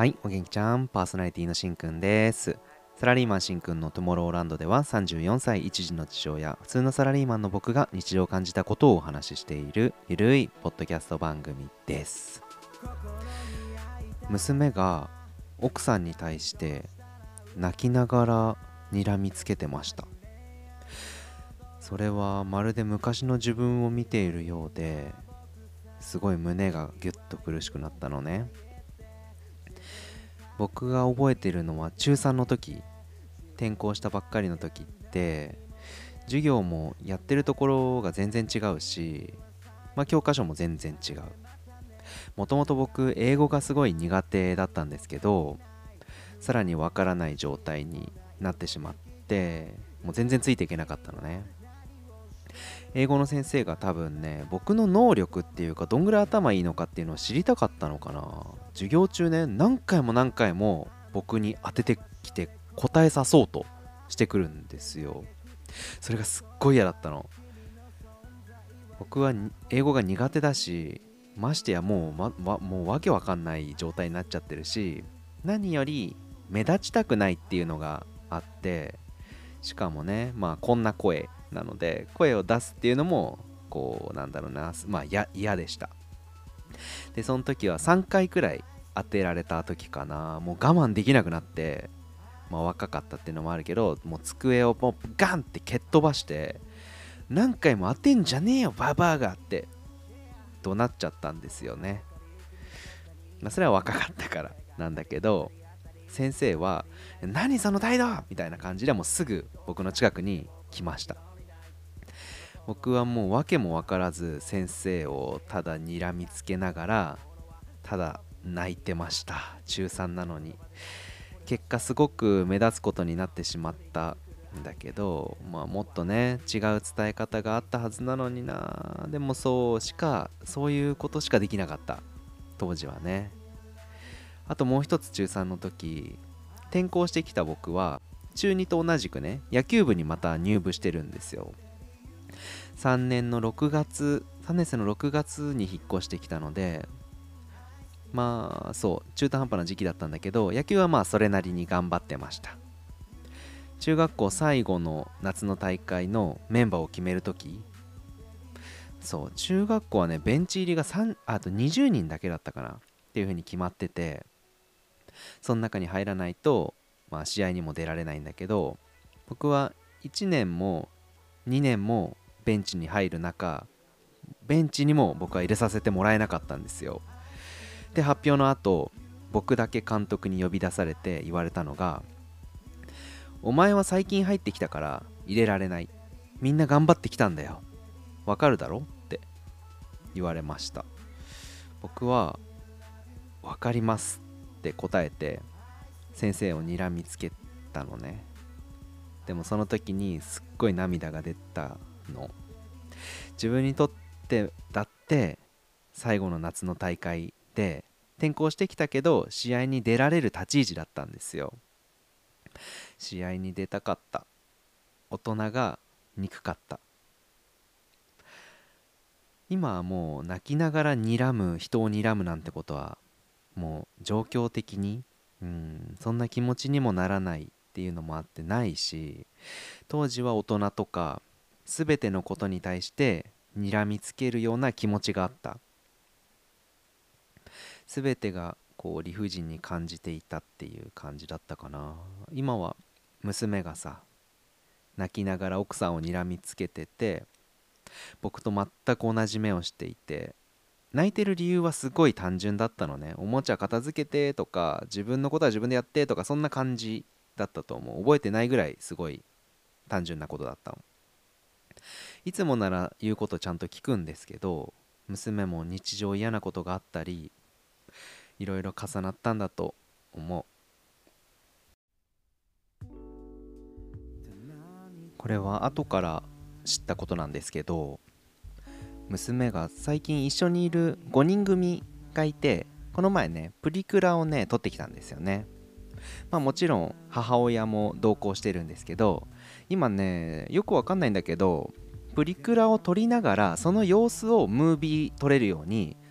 はい、お元気ちゃん、パーソナリティのしんくんです。サラリーマンしんくんのトゥモローランドでは34歳一児の父親、普通のサラリーマンの僕が日常を感じたことをお話ししているゆるいポッドキャスト番組です。娘が奥さんに対して泣きながら睨みつけてました。それはまるで昔の自分を見ているようですごい胸がギュッと苦しくなったのね。僕が覚えているのは中3の時、転校したばっかりの時って授業もやってるところが全然違うし、教科書も全然違う。もともと僕英語がすごい苦手だったんですけど、さらにわからない状態になってしまって、もう全然ついていけなかったのね。英語の先生が多分ね、僕の能力っていうかどんぐらい頭いいのかっていうのを知りたかったのかな。授業中ね、何回も何回も僕に当ててきて答えさそうとしてくるんですよ。それがすっごい嫌だったの。僕は英語が苦手だし、ましてやもうわけわかんない状態になっちゃってるし、何より目立ちたくないっていうのがあって、しかもね、こんな声なので、声を出すっていうのもこうなんだろうな、嫌でした。でその時は3回くらい当てられた時かな。もう我慢できなくなって、若かったっていうのもあるけど、もう机をもうガンって蹴っ飛ばして、何回も当てんじゃねえよババアがって怒鳴っちゃったんですよね。それは若かったからなんだけど、先生は何その態度みたいな感じでもうすぐ僕の近くに来ました。僕はもう訳も分からず先生をただ睨みつけながらただ泣いてました。中3なのに。結果すごく目立つことになってしまったんだけど、もっとね違う伝え方があったはずなのにな。でもそういうことしかできなかった当時はね。あともう一つ中3の時、転校してきた僕は中2と同じくね野球部にまた入部してるんですよ。3年生の6月に引っ越してきたので、そう中途半端な時期だったんだけど、野球はそれなりに頑張ってました。中学校最後の夏の大会のメンバーを決めるとき、そう中学校はねベンチ入りがあと20人だけだったかなっていう風に決まってて、その中に入らないと、試合にも出られないんだけど、僕は1年も2年もベンチに入る中、ベンチにも僕は入れさせてもらえなかったんですよ。で発表の後、僕だけ監督に呼び出されて言われたのが、お前は最近入ってきたから入れられない、みんな頑張ってきたんだよ、わかるだろって言われました。僕はわかりますって答えて先生を睨みつけたのね。でもその時にすっごい涙が出たの。自分にとってだって最後の夏の大会で転校してきたけど試合に出られる立ち位置だったんですよ。試合に出たかった。大人が憎かった。今はもう泣きながら人を睨むなんてことはもう状況的にそんな気持ちにもならないっていうのもあってないし、当時は大人とか全てのことに対して睨みつけるような気持ちがあった。全てがこう理不尽に感じていたっていう感じだったかな。今は娘がさ、泣きながら奥さんを睨みつけてて、僕と全く同じ目をしていて、泣いてる理由はすごい単純だったのね。おもちゃ片付けてとか、自分のことは自分でやってとか、そんな感じだったと思う。覚えてないぐらいすごい単純なことだったの。いつもなら言うことちゃんと聞くんですけど、娘も日常嫌なことがあったり、いろいろ重なったんだと思う。これは後から知ったことなんですけど、娘が最近一緒にいる5人組がいて、この前ねプリクラをね撮ってきたんですよね。もちろん母親も同行してるんですけど、今ねよくわかんないんだけど、プリクラを撮りながらその様子をムービー撮れるように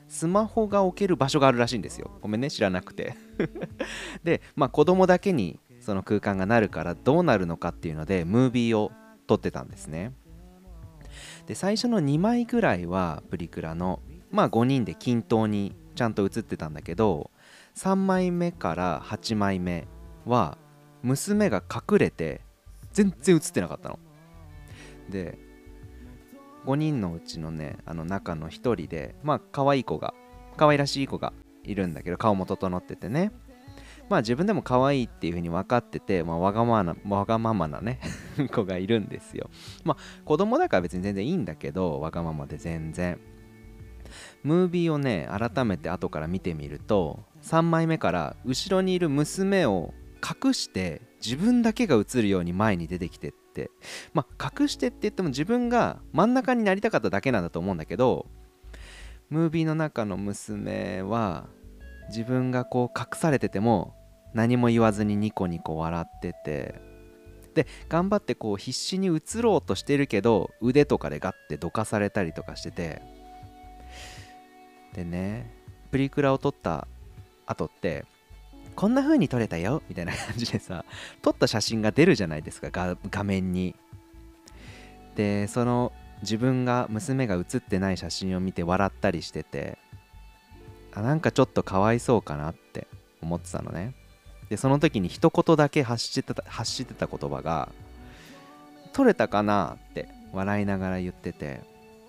スマホが置ける場所があるらしいんですよ。ごめんね、知らなくてで、子供だけにその空間がなるからどうなるのかっていうのでムービーを撮ってたんですね。で最初の2枚ぐらいはプリクラの5人で均等にちゃんと写ってたんだけど、3枚目から8枚目は娘が隠れて全然写ってなかったので、5人のうちのね中の1人で可愛い子が可愛らしい子がいるんだけど、顔も整っててね、自分でも可愛いっていう風に分かってて、わがままなね子がいるんですよ。子供だから別に全然いいんだけど、わがままで全然。ムービーをね改めて後から見てみると、3枚目から後ろにいる娘を隠して自分だけが映るように前に出てきてって、隠してって言っても自分が真ん中になりたかっただけなんだと思うんだけど、ムービーの中の娘は自分がこう隠されてても何も言わずにニコニコ笑ってて、で頑張ってこう必死に映ろうとしてるけど腕とかでガッてどかされたりとかしてて、でねプリクラを撮った後ってこんな風に撮れたよみたいな感じでさ、撮った写真が出るじゃないですか、画面に。でその自分が娘が写ってない写真を見て笑ったりしてて、なんかちょっとかわいそうかなって思ってたのね。でその時に一言だけ発してた言葉が撮れたかなって笑いながら言ってて、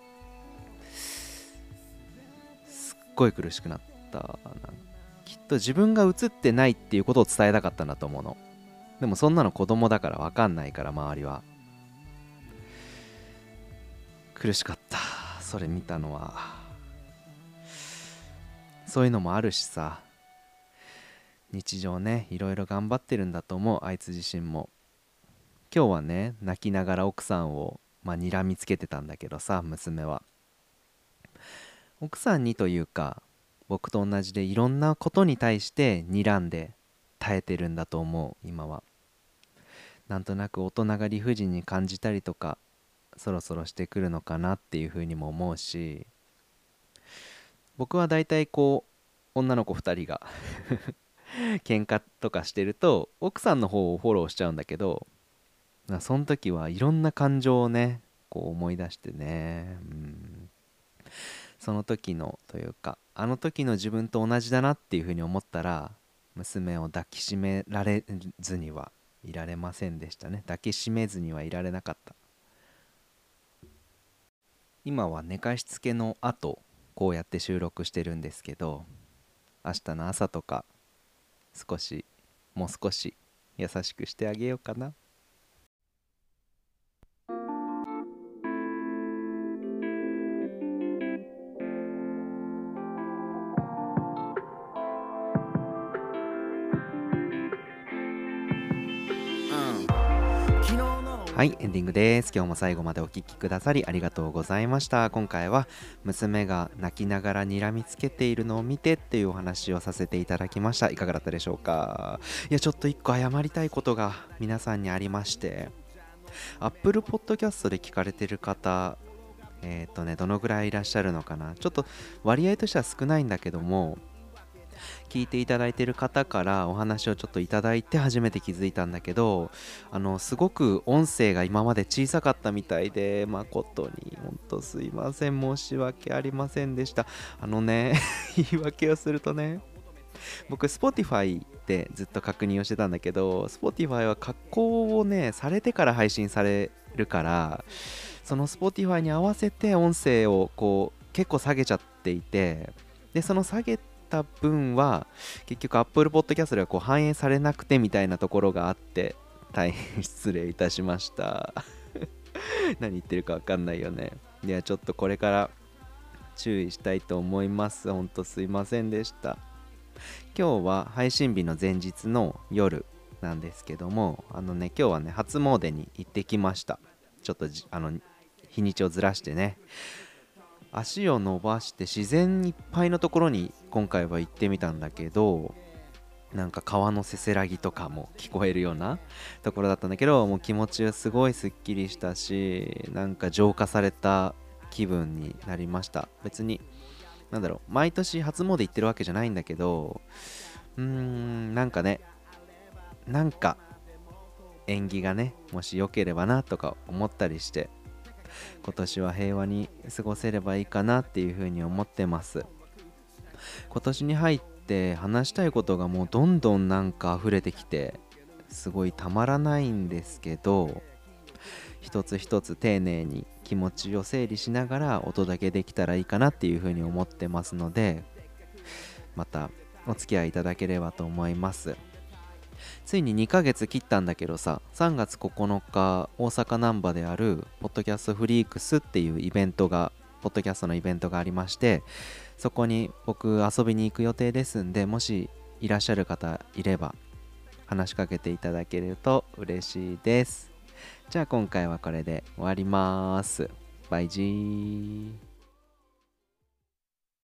すっごい苦しくなった。きっと自分が映ってないっていうことを伝えたかったんだと思うの。でもそんなの子供だから分かんないから、周りは。苦しかった、それ見たのは。そういうのもあるしさ、日常ねいろいろ頑張ってるんだと思う、あいつ自身も。今日はね泣きながら奥さんを睨みつけてたんだけどさ、娘は奥さんにというか僕と同じでいろんなことに対して睨んで耐えてるんだと思う今は。なんとなく大人が理不尽に感じたりとかそろそろしてくるのかなっていうふうにも思うし、僕はだいたいこう女の子2人が喧嘩とかしてると奥さんの方をフォローしちゃうんだけど、その時はいろんな感情をねこう思い出してね、その時のというかあの時の自分と同じだなっていうふうに思ったら、娘を抱きしめられずにはいられませんでしたね。抱きしめずにはいられなかった。今は寝かしつけの後こうやって収録してるんですけど、明日の朝とかもう少し優しくしてあげようかな。はい、エンディングです。今日も最後までお聞きくださりありがとうございました。今回は娘が泣きながら睨みつけているのを見てっていうお話をさせていただきました。いかがだったでしょうか。いや、ちょっと一個謝りたいことが皆さんにありまして、Apple Podcast で聞かれてる方、どのぐらいいらっしゃるのかな。ちょっと割合としては少ないんだけども、聞いていただいている方からお話をちょっといただいて初めて気づいたんだけど、すごく音声が今まで小さかったみたいで、誠に本当すいません、申し訳ありませんでした。言い訳をするとね、僕 Spotify でずっと確認をしてたんだけど、 Spotify は加工をねされてから配信されるから、その Spotify に合わせて音声をこう結構下げちゃっていて、でその下げた分は結局 Apple Podcast ではこう反映されなくてみたいなところがあって、大変失礼いたしました何言ってるか分かんないよね。いや、ちょっとこれから注意したいと思います。ほんとすいませんでした。今日は配信日の前日の夜なんですけども、今日はね初詣に行ってきました。ちょっと日にちをずらしてね、足を伸ばして自然いっぱいのところに今回は行ってみたんだけど、なんか川のせせらぎとかも聞こえるようなところだったんだけど、もう気持ちはすごいすっきりしたし、なんか浄化された気分になりました。別になんだろう、毎年初詣行ってるわけじゃないんだけど、なんかね、なんか縁起がね、もし良ければなとか思ったりして、今年は平和に過ごせればいいかなっていうふうに思ってます。今年に入って話したいことがもうどんどんなんか溢れてきて、すごいたまらないんですけど、一つ一つ丁寧に気持ちを整理しながらお届けできたらいいかなっていうふうに思ってますので、またお付き合いいただければと思います。ついに2ヶ月切ったんだけどさ、3月9日大阪難波であるポッドキャストフリークスっていうイベントがポッドキャストのイベントがありまして、そこに僕遊びに行く予定ですんで、もしいらっしゃる方いれば話しかけていただけると嬉しいです。じゃあ今回はこれで終わります。バイジー。